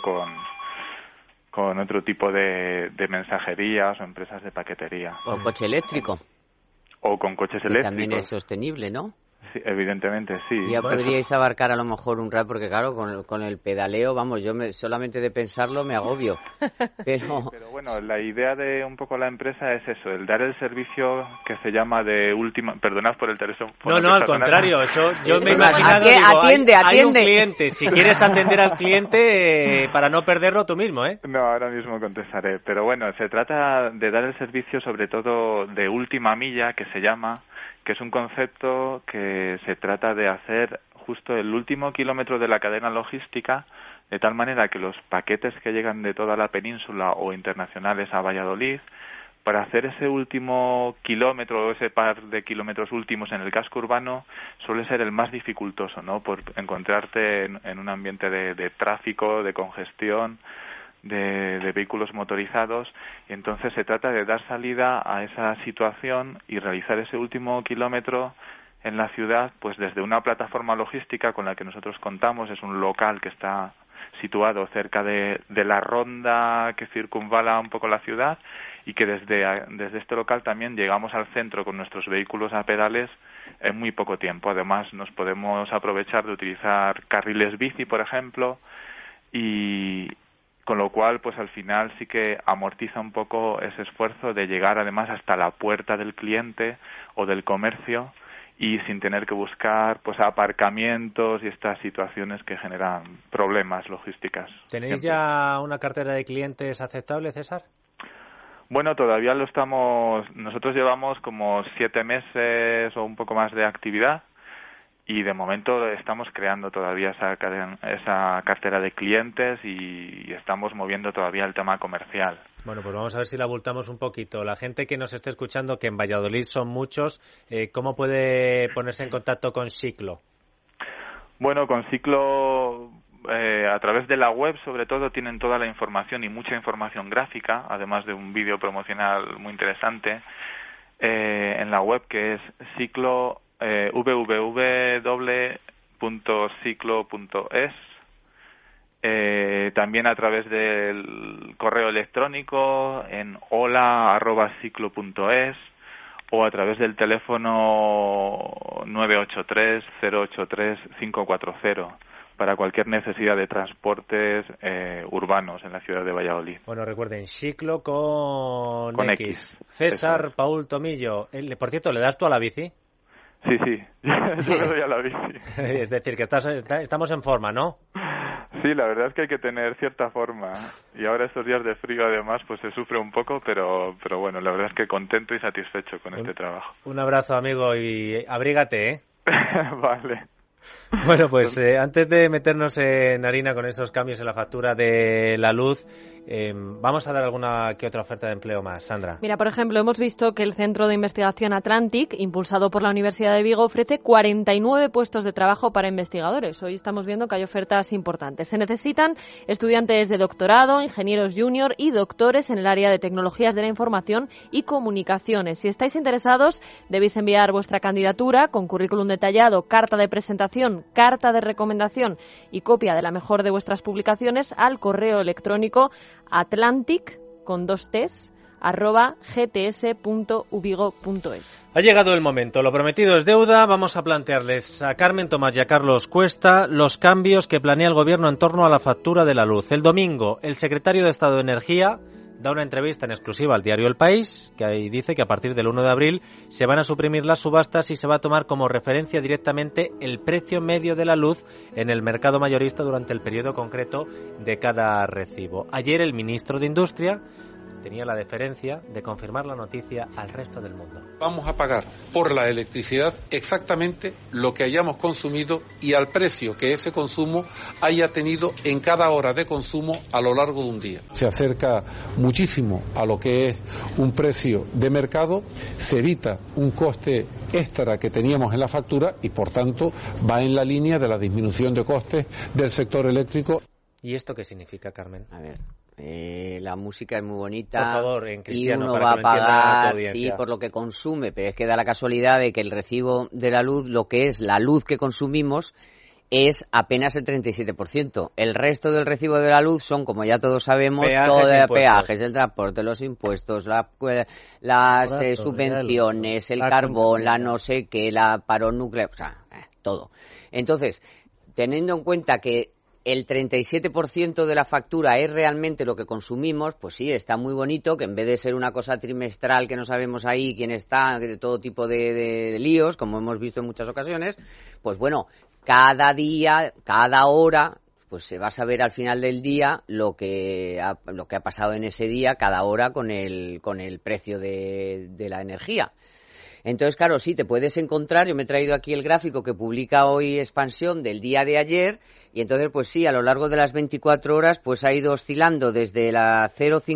con otro tipo de mensajerías o empresas de paquetería. O coche eléctrico. O con coches eléctricos. También es sostenible, ¿no? Sí, evidentemente, sí. Ya podríais abarcar a lo mejor un rato, porque claro, con el pedaleo, vamos, solamente de pensarlo me agobio. Pero bueno, la idea de un poco la empresa es eso, el dar el servicio que se llama de última... Perdonad por el teléfono. No, al contrario, eso yo me he imaginado, atiende. Hay un cliente, si quieres atender al cliente para no perderlo tú mismo, ¿eh? No, ahora mismo contestaré, pero bueno, se trata de dar el servicio sobre todo de última milla, que se llama, que es un concepto que se trata de hacer justo el último kilómetro de la cadena logística, de tal manera que los paquetes que llegan de toda la península o internacionales a Valladolid, para hacer ese último kilómetro o ese par de kilómetros últimos en el casco urbano, suele ser el más dificultoso, ¿no? Por encontrarte en un ambiente de tráfico, de congestión, de vehículos motorizados, y entonces se trata de dar salida a esa situación y realizar ese último kilómetro en la ciudad, pues desde una plataforma logística con la que nosotros contamos. Es un local que está situado cerca de la ronda que circunvala un poco la ciudad, y que desde este local también llegamos al centro con nuestros vehículos a pedales en muy poco tiempo. Además, nos podemos aprovechar de utilizar carriles bici, por ejemplo, y con lo cual, pues al final sí que amortiza un poco ese esfuerzo de llegar además hasta la puerta del cliente o del comercio, y sin tener que buscar pues aparcamientos y estas situaciones que generan problemas logísticas. ¿Tenéis ya una cartera de clientes aceptable, César? Bueno, todavía lo estamos... Nosotros llevamos como 7 meses o un poco más de actividad, y de momento estamos creando todavía esa cartera de clientes y estamos moviendo todavía el tema comercial. Bueno, pues vamos a ver si la abultamos un poquito. La gente que nos esté escuchando, que en Valladolid son muchos, ¿cómo puede ponerse en contacto con Ciclo? Bueno, con Ciclo, a través de la web, sobre todo, tienen toda la información y mucha información gráfica, además de un vídeo promocional muy interesante en la web, que es Ciclo, www.ciclo.es. También a través del correo electrónico en hola@ciclo.es, o a través del teléfono 983-083-540 para cualquier necesidad de transportes urbanos en la ciudad de Valladolid. Bueno, recuerden, Ciclo con X. César Paul Tomillo. Por cierto, ¿le das tú a la bici? Sí, yo le doy a la bici. Es decir, que estamos en forma, ¿no? Sí, la verdad es que hay que tener cierta forma, y ahora estos días de frío además pues se sufre un poco, pero bueno, la verdad es que contento y satisfecho con este trabajo. Un abrazo, amigo, y abrígate, ¿eh? Vale. Bueno, pues antes de meternos en harina con esos cambios en la factura de la luz, vamos a dar alguna que otra oferta de empleo más. Sandra. Mira, por ejemplo, hemos visto que el Centro de Investigación Atlantic, impulsado por la Universidad de Vigo, ofrece 49 puestos de trabajo para investigadores. Hoy estamos viendo que hay ofertas importantes. Se necesitan estudiantes de doctorado, ingenieros junior y doctores en el área de tecnologías de la información y comunicaciones. Si estáis interesados, debéis enviar vuestra candidatura con currículum detallado, carta de presentación, carta de recomendación y copia de la mejor de vuestras publicaciones al correo electrónico Atlantic con 2 T's @gts.ubigo.es. Ha llegado el momento, lo prometido es deuda. Vamos a plantearles a Carmen Tomás y a Carlos Cuesta los cambios que planea el Gobierno en torno a la factura de la luz. El domingo, el secretario de Estado de Energía da una entrevista en exclusiva al diario El País, que ahí dice que a partir del 1 de abril se van a suprimir las subastas y se va a tomar como referencia directamente el precio medio de la luz en el mercado mayorista durante el periodo concreto de cada recibo. Ayer el ministro de Industria tenía la deferencia de confirmar la noticia al resto del mundo. Vamos a pagar por la electricidad exactamente lo que hayamos consumido y al precio que ese consumo haya tenido en cada hora de consumo a lo largo de un día. Se acerca muchísimo a lo que es un precio de mercado, se evita un coste extra que teníamos en la factura y por tanto va en la línea de la disminución de costes del sector eléctrico. ¿Y esto qué significa, Carmen? A ver, la música es muy bonita. Por favor, en cristiano, y uno para va a que lo entienda pagar, tu audiencia. sí, por lo que consume, pero es que da la casualidad de que el recibo de la luz, lo que es la luz que consumimos, es apenas el 37%. El resto del recibo de la luz son, como ya todos sabemos, peajes, el transporte, los impuestos, las subvenciones, el carbón, la no sé qué, la parón nuclear, o sea, todo. Entonces, teniendo en cuenta que el 37% de la factura es realmente lo que consumimos, pues sí, está muy bonito que en vez de ser una cosa trimestral que no sabemos ahí quién está, de todo tipo de líos, como hemos visto en muchas ocasiones, pues bueno, cada día, cada hora, pues se va a saber al final del día lo que ha pasado en ese día, cada hora con el precio de la energía. Entonces, claro, sí, te puedes encontrar, yo me he traído aquí el gráfico que publica hoy Expansión del día de ayer, y entonces, pues sí, a lo largo de las 24 horas, pues ha ido oscilando desde la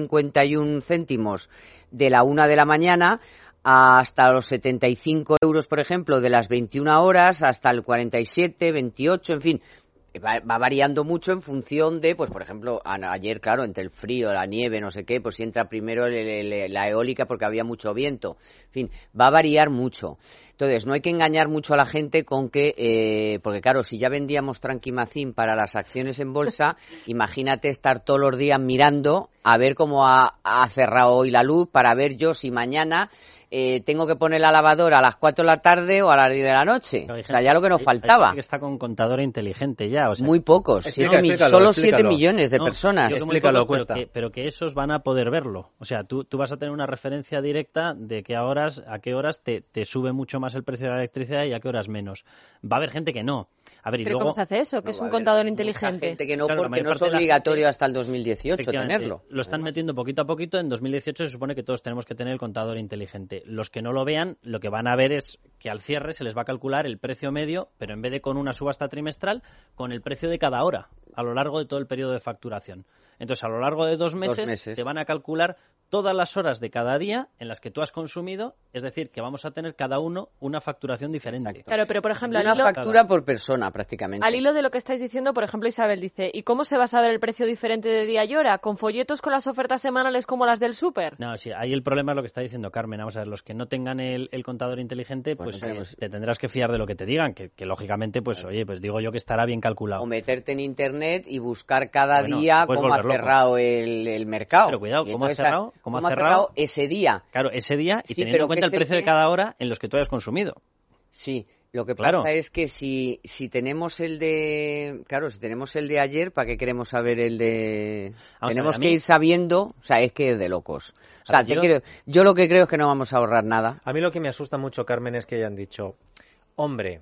0,51 céntimos de la 1 de la mañana hasta los 75 euros, por ejemplo, de las 21 horas, hasta el 47, 28, en fin. Va variando mucho en función de, pues por ejemplo, ayer, claro, entre el frío, la nieve, no sé qué, pues si entra primero la eólica porque había mucho viento. En fin, va a variar mucho. Entonces, no hay que engañar mucho a la gente con que, porque claro, si ya vendíamos Tranquimacín para las acciones en bolsa, imagínate estar todos los días mirando a ver cómo ha cerrado hoy la luz para ver yo si mañana tengo que poner la lavadora a las 4 de la tarde o a las 10 de la noche. O sea, ya lo que nos faltaba. Hay gente que está con contador inteligente ya. O sea, muy pocos, solo 7 millones de personas. Explícalo, pero que esos van a poder verlo. O sea, tú vas a tener una referencia directa de que a qué horas te sube mucho más el precio de la electricidad y a qué horas menos. Va a haber gente que no. A ver, y ¿pero luego, cómo se hace eso? ¿Que es un contador inteligente? Gente que no, claro, porque no es obligatorio hasta el 2018 tenerlo. Lo están metiendo poquito a poquito. En 2018 se supone que todos tenemos que tener el contador inteligente. Los que no lo vean, lo que van a ver es que al cierre se les va a calcular el precio medio, pero en vez de con una subasta trimestral, con el precio de cada hora, a lo largo de todo el periodo de facturación. Entonces, a lo largo de 2 meses te van a calcular todas las horas de cada día en las que tú has consumido, es decir, que vamos a tener cada uno una facturación diferente. Exacto. Claro, pero por ejemplo, una factura por persona prácticamente. Al hilo de lo que estáis diciendo, por ejemplo, Isabel dice, ¿y cómo se va a saber el precio diferente de día y hora? ¿Con folletos con las ofertas semanales como las del súper? No, sí, ahí el problema es lo que está diciendo Carmen. Vamos a ver, los que no tengan el contador inteligente, bueno, pues te tendrás que fiar de lo que te digan, que lógicamente, pues oye, pues digo yo que estará bien calculado. O meterte en internet y buscar cada día cómo ha cerrado el mercado. Pero cuidado, ¿cómo ha cerrado? ¿Cómo ha cerrado ese día? Claro, ese día y teniendo en cuenta el precio de cada hora en los que tú hayas consumido. Sí, lo que pasa es que si tenemos el de... Claro, si tenemos el de ayer, ¿para qué queremos saber el de...? Tenemos que ir sabiendo, o sea, es que es de locos. O sea, yo lo que creo es que no vamos a ahorrar nada. A mí lo que me asusta mucho, Carmen, es que hayan dicho, hombre,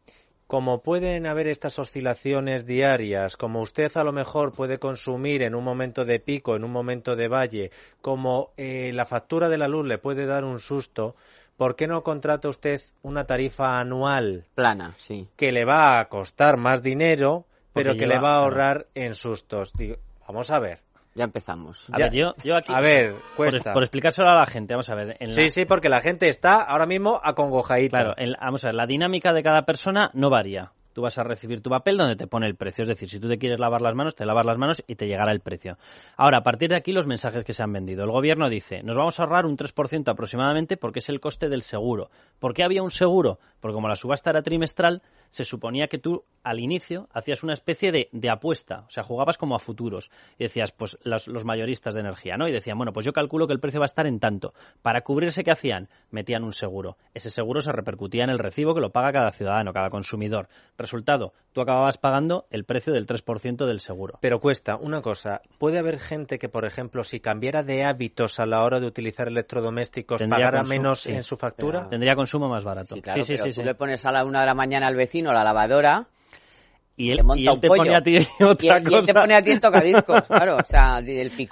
como pueden haber estas oscilaciones diarias, como usted a lo mejor puede consumir en un momento de pico, en un momento de valle, como la factura de la luz le puede dar un susto, ¿por qué no contrata usted una tarifa anual plana, sí, que le va a costar más dinero, pero que le va a ahorrar en sustos? Digo, vamos a ver. Ya empezamos. A ver, yo aquí... A ver, cuesta. Por explicárselo a la gente, vamos a ver. Sí, porque la gente está ahora mismo acongojadita. Claro, vamos a ver, la dinámica de cada persona no varía. Tú vas a recibir tu papel donde te pone el precio. Es decir, si tú te quieres lavar las manos, te lavas las manos y te llegará el precio. Ahora, a partir de aquí, los mensajes que se han vendido. El gobierno dice, nos vamos a ahorrar un 3% aproximadamente porque es el coste del seguro. ¿Por qué había un seguro? Porque como la subasta era trimestral, se suponía que tú, al inicio, hacías una especie de apuesta. O sea, jugabas como a futuros. Y decías, pues, los mayoristas de energía, ¿no? Y decían, bueno, pues yo calculo que el precio va a estar en tanto. Para cubrirse, ¿qué hacían? Metían un seguro. Ese seguro se repercutía en el recibo que lo paga cada ciudadano, cada consumidor. Resultado, tú acababas pagando el precio del 3% del seguro. Pero cuesta, una cosa, ¿puede haber gente que, por ejemplo, si cambiara de hábitos a la hora de utilizar electrodomésticos, pagara menos en su factura? Pero tendría consumo más barato. Sí, claro, pero tú le pones a la 1 de la mañana al vecino la lavadora y él te pone a ti otra cosa. Y él te pone a ti el tocadiscos, claro, o sea, el picú.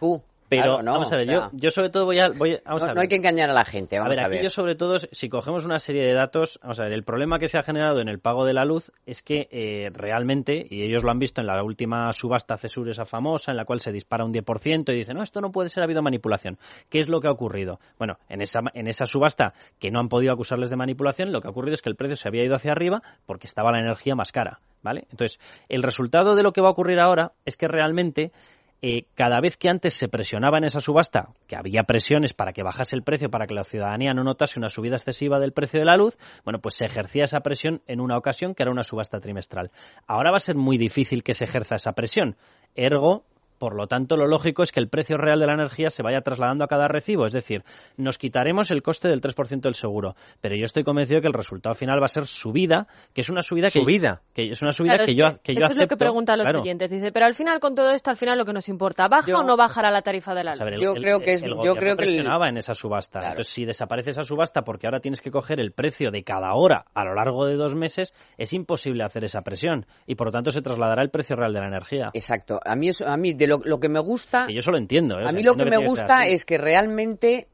Pero, no, vamos a ver, o sea, yo sobre todo no hay que engañar a la gente, vamos a ver. Aquí yo sobre todo, si cogemos una serie de datos, vamos a ver, el problema que se ha generado en el pago de la luz es que realmente, y ellos lo han visto en la última subasta CESUR, esa famosa, en la cual se dispara un 10% y dicen, no, esto no puede ser, ha habido manipulación. ¿Qué es lo que ha ocurrido? Bueno, en esa subasta, que no han podido acusarles de manipulación, lo que ha ocurrido es que el precio se había ido hacia arriba porque estaba la energía más cara, ¿vale? Entonces, el resultado de lo que va a ocurrir ahora es que realmente cada vez que antes se presionaba en esa subasta, que había presiones para que bajase el precio, para que la ciudadanía no notase una subida excesiva del precio de la luz, bueno, pues se ejercía esa presión en una ocasión que era una subasta trimestral. Ahora va a ser muy difícil que se ejerza esa presión. Ergo, por lo tanto, lo lógico es que el precio real de la energía se vaya trasladando a cada recibo. Es decir, nos quitaremos el coste del 3% del seguro. Pero yo estoy convencido que el resultado final va a ser subida, que es una subida que es una subida claro, que yo acepto. Esto es lo que preguntan los oyentes. Dice, pero al final, con todo esto, al final lo que nos importa, ¿baja o no bajará la tarifa de la luz? A ver, yo creo que presionaba en esa subasta. Claro. Entonces, si desaparece esa subasta porque ahora tienes que coger el precio de cada hora a lo largo de 2 meses, es imposible hacer esa presión. Y, por lo tanto, se trasladará el precio real de la energía. Exacto. A mí de lo que me gusta... Que yo eso lo entiendo. A mí lo que me gusta es que realmente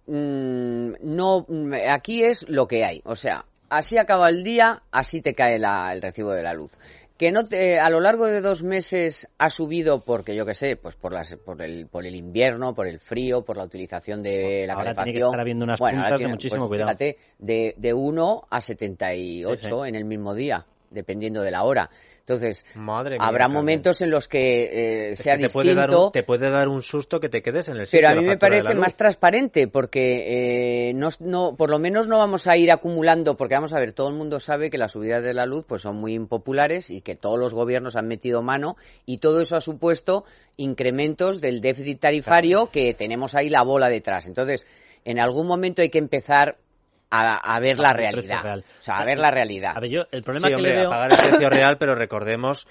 no aquí es lo que hay. O sea, así acaba el día, así te cae el recibo de la luz. Que no a lo largo de 2 meses ha subido porque, yo qué sé, pues por el invierno, por el frío, por la utilización de la calefacción. Tiene que estar habiendo unas puntas de muchísimo cuidado. Fíjate, de 1 a 78 en el mismo día, dependiendo de la hora. Entonces, habrá momentos en los que sea distinto. Te puede dar un susto que te quedes en el sitio. Pero a mí me parece más transparente porque por lo menos no vamos a ir acumulando, porque vamos a ver, todo el mundo sabe que las subidas de la luz pues son muy impopulares y que todos los gobiernos han metido mano y todo eso ha supuesto incrementos del déficit tarifario que tenemos ahí la bola detrás. Entonces, en algún momento hay que empezar a ver la realidad. O sea, a ver la realidad. A ver, yo, el problema sí, que hombre, le veo... a pagar el precio real, pero recordemos,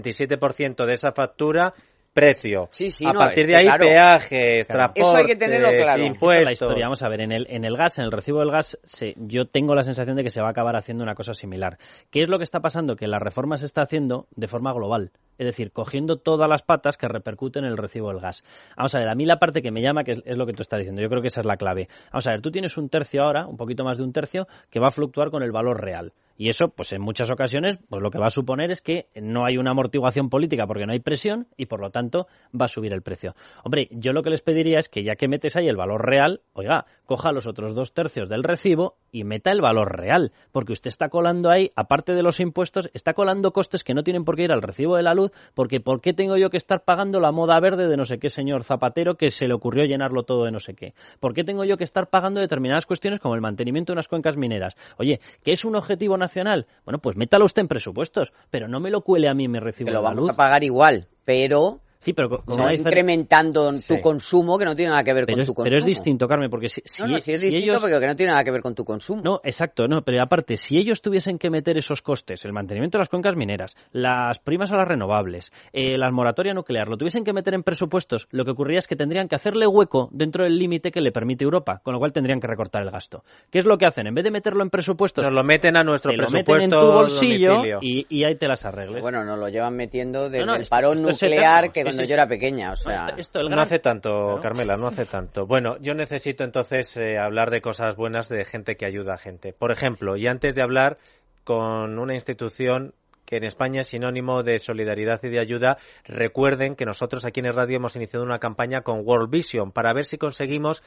37% de esa factura, precio. A partir de ahí, claro, peajes, transportes, eso hay que tenerlo claro. Impuestos. La historia. Vamos a ver, en el gas, en el recibo del gas, yo tengo la sensación de que se va a acabar haciendo una cosa similar. ¿Qué es lo que está pasando? Que la reforma se está haciendo de forma global. Es decir, cogiendo todas las patas que repercuten en el recibo del gas. Vamos a ver, a mí la parte que me llama, que es lo que tú estás diciendo, yo creo que esa es la clave. Vamos a ver, tú tienes 1/3 ahora, un poquito más de 1/3, que va a fluctuar con el valor real. Y eso, pues en muchas ocasiones, pues lo que va a suponer es que no hay una amortiguación política porque no hay presión y por lo tanto va a subir el precio. Hombre, yo lo que les pediría es que ya que metes ahí el valor real, oiga, coja los otros 2/3 del recibo y meta el valor real, porque usted está colando ahí, aparte de los impuestos, está colando costes que no tienen por qué ir al recibo de la luz, porque ¿por qué tengo yo que estar pagando la moda verde de no sé qué señor Zapatero que se le ocurrió llenarlo todo de no sé qué? ¿Por qué tengo yo que estar pagando determinadas cuestiones como el mantenimiento de unas cuencas mineras? Oye, ¿qué es un objetivo nacional? Bueno, pues métalo usted en presupuestos, pero no me lo cuele a mí en mi recibo de la luz. Que lo vamos a pagar igual, pero... Sí, pero no incrementando tu consumo, que no tiene nada que ver con tu consumo. Pero es distinto, Carmen, porque si es distinto ellos... porque no tiene nada que ver con tu consumo. No, exacto, no, pero aparte, si ellos tuviesen que meter esos costes, el mantenimiento de las cuencas mineras, las primas a las renovables, la moratoria nuclear, lo tuviesen que meter en presupuestos, lo que ocurría es que tendrían que hacerle hueco dentro del límite que le permite Europa, con lo cual tendrían que recortar el gasto. ¿Qué es lo que hacen? En vez de meterlo en presupuestos... Nos lo meten a nuestro presupuesto, lo meten en tu bolsillo y ahí te las arregles. Bueno, nos lo llevan metiendo desde el parón nuclear que cuando yo era pequeña. O sea, no hace tanto, Carmela, no hace tanto. Bueno, yo necesito entonces hablar de cosas buenas de gente que ayuda a gente. Por ejemplo, y antes de hablar con una institución que en España es sinónimo de solidaridad y de ayuda, recuerden que nosotros aquí en el radio hemos iniciado una campaña con World Vision para ver si conseguimos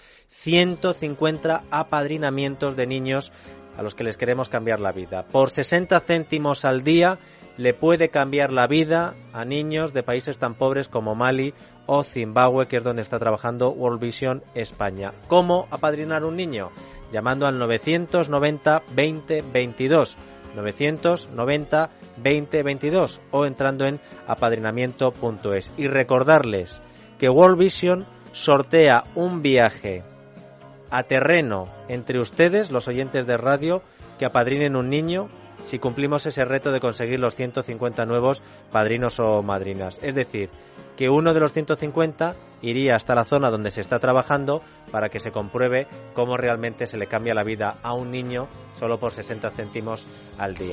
150 apadrinamientos de niños a los que les queremos cambiar la vida. Por 60 céntimos al día le puede cambiar la vida a niños de países tan pobres como Mali o Zimbabue, que es donde está trabajando World Vision España. ¿Cómo apadrinar un niño? Llamando al 990 20 22, 990 20 22 o entrando en apadrinamiento.es. Y recordarles que World Vision sortea un viaje a terreno entre ustedes, los oyentes de radio, que apadrinen un niño si cumplimos ese reto de conseguir los 150 nuevos padrinos o madrinas. Es decir, que uno de los 150 iría hasta la zona donde se está trabajando para que se compruebe cómo realmente se le cambia la vida a un niño solo por 60 céntimos al día.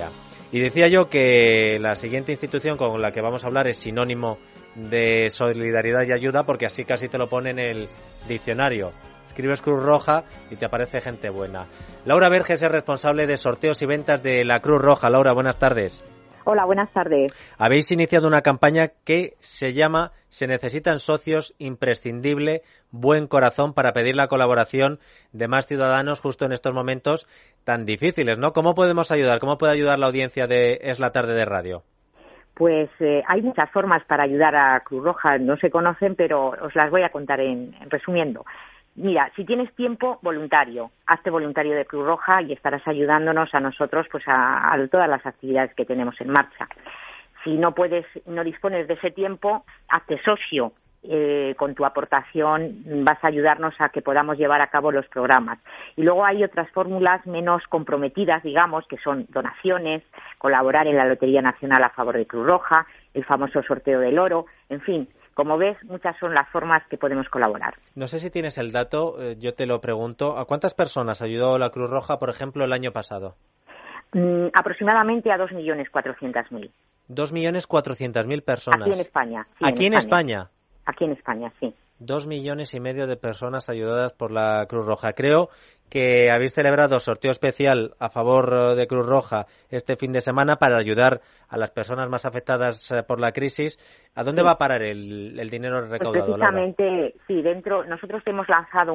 Y decía yo que la siguiente institución con la que vamos a hablar es sinónimo de solidaridad y ayuda, porque así casi te lo pone en el diccionario. Escribes Cruz Roja y te aparece gente buena. Laura Verges es responsable de sorteos y ventas de la Cruz Roja. Laura, buenas tardes. Hola, buenas tardes. Habéis iniciado una campaña que se llama Se necesitan socios, imprescindible, buen corazón, para pedir la colaboración de más ciudadanos justo en estos momentos tan difíciles, ¿no? ¿Cómo podemos ayudar? ¿Cómo puede ayudar la audiencia de Es la Tarde de Radio? Pues hay muchas formas para ayudar a Cruz Roja, no se conocen, pero os las voy a contar resumiendo. Mira, si tienes tiempo, voluntario, hazte voluntario de Cruz Roja y estarás ayudándonos a nosotros pues a todas las actividades que tenemos en marcha. Si no dispones de ese tiempo, hazte socio. Con tu aportación vas a ayudarnos a que podamos llevar a cabo los programas. Y luego hay otras fórmulas menos comprometidas, digamos, que son donaciones, colaborar en la Lotería Nacional a favor de Cruz Roja, el famoso sorteo del oro, en fin. Como ves, muchas son las formas que podemos colaborar. No sé si tienes el dato, yo te lo pregunto. ¿A cuántas personas ayudó la Cruz Roja, por ejemplo, el año pasado? Aproximadamente a 2.400.000. 2.400.000 personas. Aquí en España. Sí, ¿Aquí en España? Aquí en España, sí. 2,5 millones de personas ayudadas por la Cruz Roja. Creo que habéis celebrado sorteo especial a favor de Cruz Roja este fin de semana para ayudar a las personas más afectadas por la crisis. ¿A dónde va a parar el dinero recaudado? Pues precisamente, sí, nosotros hemos lanzado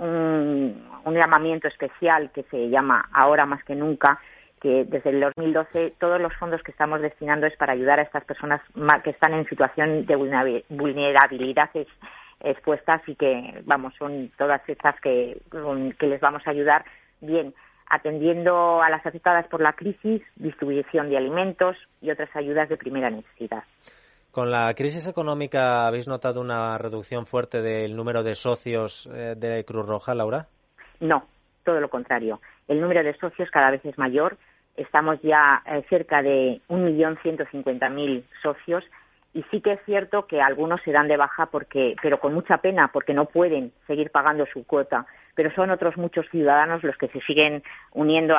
un llamamiento especial que se llama Ahora más que nunca, que desde el 2012 todos los fondos que estamos destinando es para ayudar a estas personas que están en situación de vulnerabilidad expuestas y que, son todas estas que les vamos a ayudar, bien, atendiendo a las afectadas por la crisis, distribución de alimentos y otras ayudas de primera necesidad. ¿Con la crisis económica habéis notado una reducción fuerte del número de socios de Cruz Roja, Laura? No, todo lo contrario. El número de socios cada vez es mayor. Estamos ya cerca de 1.150.000 socios y sí que es cierto que algunos se dan de baja pero con mucha pena, porque no pueden seguir pagando su cuota. Pero son otros muchos ciudadanos los que se siguen uniendo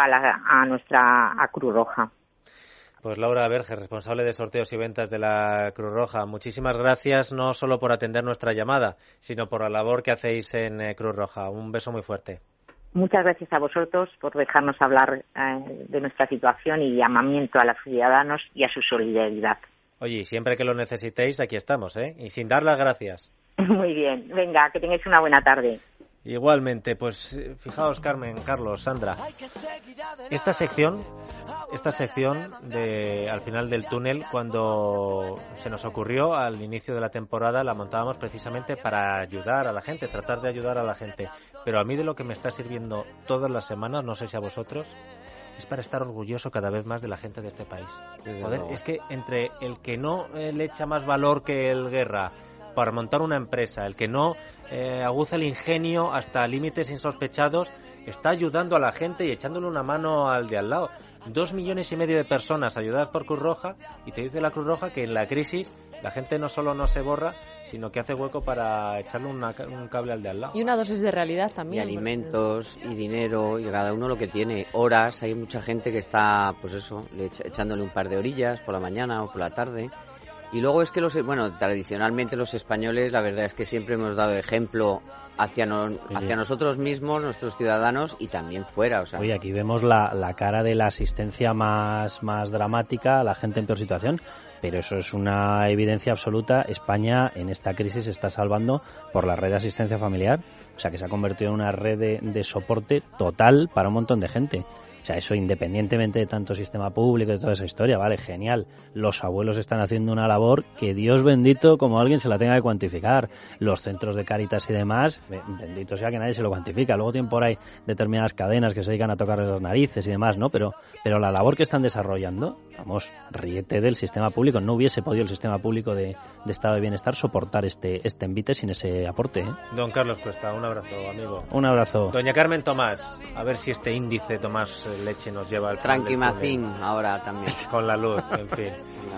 a Cruz Roja. Pues Laura Verges, responsable de sorteos y ventas de la Cruz Roja, muchísimas gracias no solo por atender nuestra llamada, sino por la labor que hacéis en Cruz Roja. Un beso muy fuerte. Muchas gracias a vosotros por dejarnos hablar de nuestra situación y llamamiento a los ciudadanos y a su solidaridad. Oye, siempre que lo necesitéis, aquí estamos, ¿eh? Y sin dar las gracias. Muy bien. Venga, que tengáis una buena tarde. Igualmente, pues fijaos, Carmen, Carlos, Sandra, esta sección de al final del túnel, cuando se nos ocurrió al inicio de la temporada, la montábamos precisamente para ayudar a la gente, tratar de ayudar a la gente. Pero a mí de lo que me está sirviendo todas las semanas, no sé si a vosotros, es para estar orgulloso cada vez más de la gente de este país. Joder, es que entre el que no le echa más valor que el Guerra para montar una empresa, el que no aguza el ingenio hasta límites insospechados, está ayudando a la gente y echándole una mano al de al lado. 2,5 millones de personas ayudadas por Cruz Roja, y te dice la Cruz Roja que en la crisis la gente no solo no se borra, sino que hace hueco para echarle un cable al de al lado. Y una dosis de realidad también. Y alimentos, y dinero, y cada uno lo que tiene. Horas, hay mucha gente que está, pues eso, echándole un par de orillas por la mañana o por la tarde. Y luego es que tradicionalmente los españoles, la verdad es que siempre hemos dado ejemplo hacia nosotros mismos, nuestros ciudadanos, y también fuera. O sea. Oye, aquí vemos la cara de la asistencia más dramática a la gente en peor situación, pero eso es una evidencia absoluta. España en esta crisis está salvando por la red de asistencia familiar, o sea que se ha convertido en una red de soporte total para un montón de gente. O sea, eso independientemente de tanto sistema público y de toda esa historia, vale, genial. Los abuelos están haciendo una labor que Dios bendito, como alguien se la tenga que cuantificar. Los centros de Cáritas y demás, bendito sea que nadie se lo cuantifica. Luego tienen por ahí determinadas cadenas que se dedican a tocarle las narices y demás, ¿no? Pero la labor que están desarrollando, vamos, ríete del sistema público. No hubiese podido el sistema público de Estado de Bienestar soportar este envite sin ese aporte, ¿eh? Don Carlos Cuesta, un abrazo, amigo. Un abrazo. Doña Carmen Tomás, a ver si este índice Tomás Leche nos lleva al Tranquimacín ahora también. Con la luz, en fin.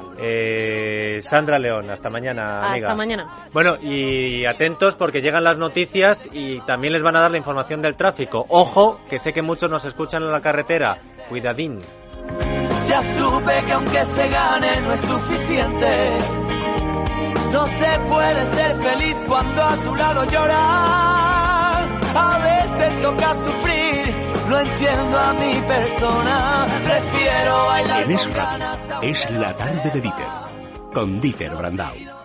Sandra León, hasta mañana, amiga. Hasta mañana. Bueno, y atentos porque llegan las noticias y también les van a dar la información del tráfico. Ojo, que sé que muchos nos escuchan en la carretera. Cuidadín. Ya supe que aunque se gane no es suficiente. No se puede ser feliz cuando a tu lado llorar. A veces toca sufrir, no entiendo a mi persona. Prefiero bailar en Es Radio, es la tarde de Dieter, con Dieter Brandau.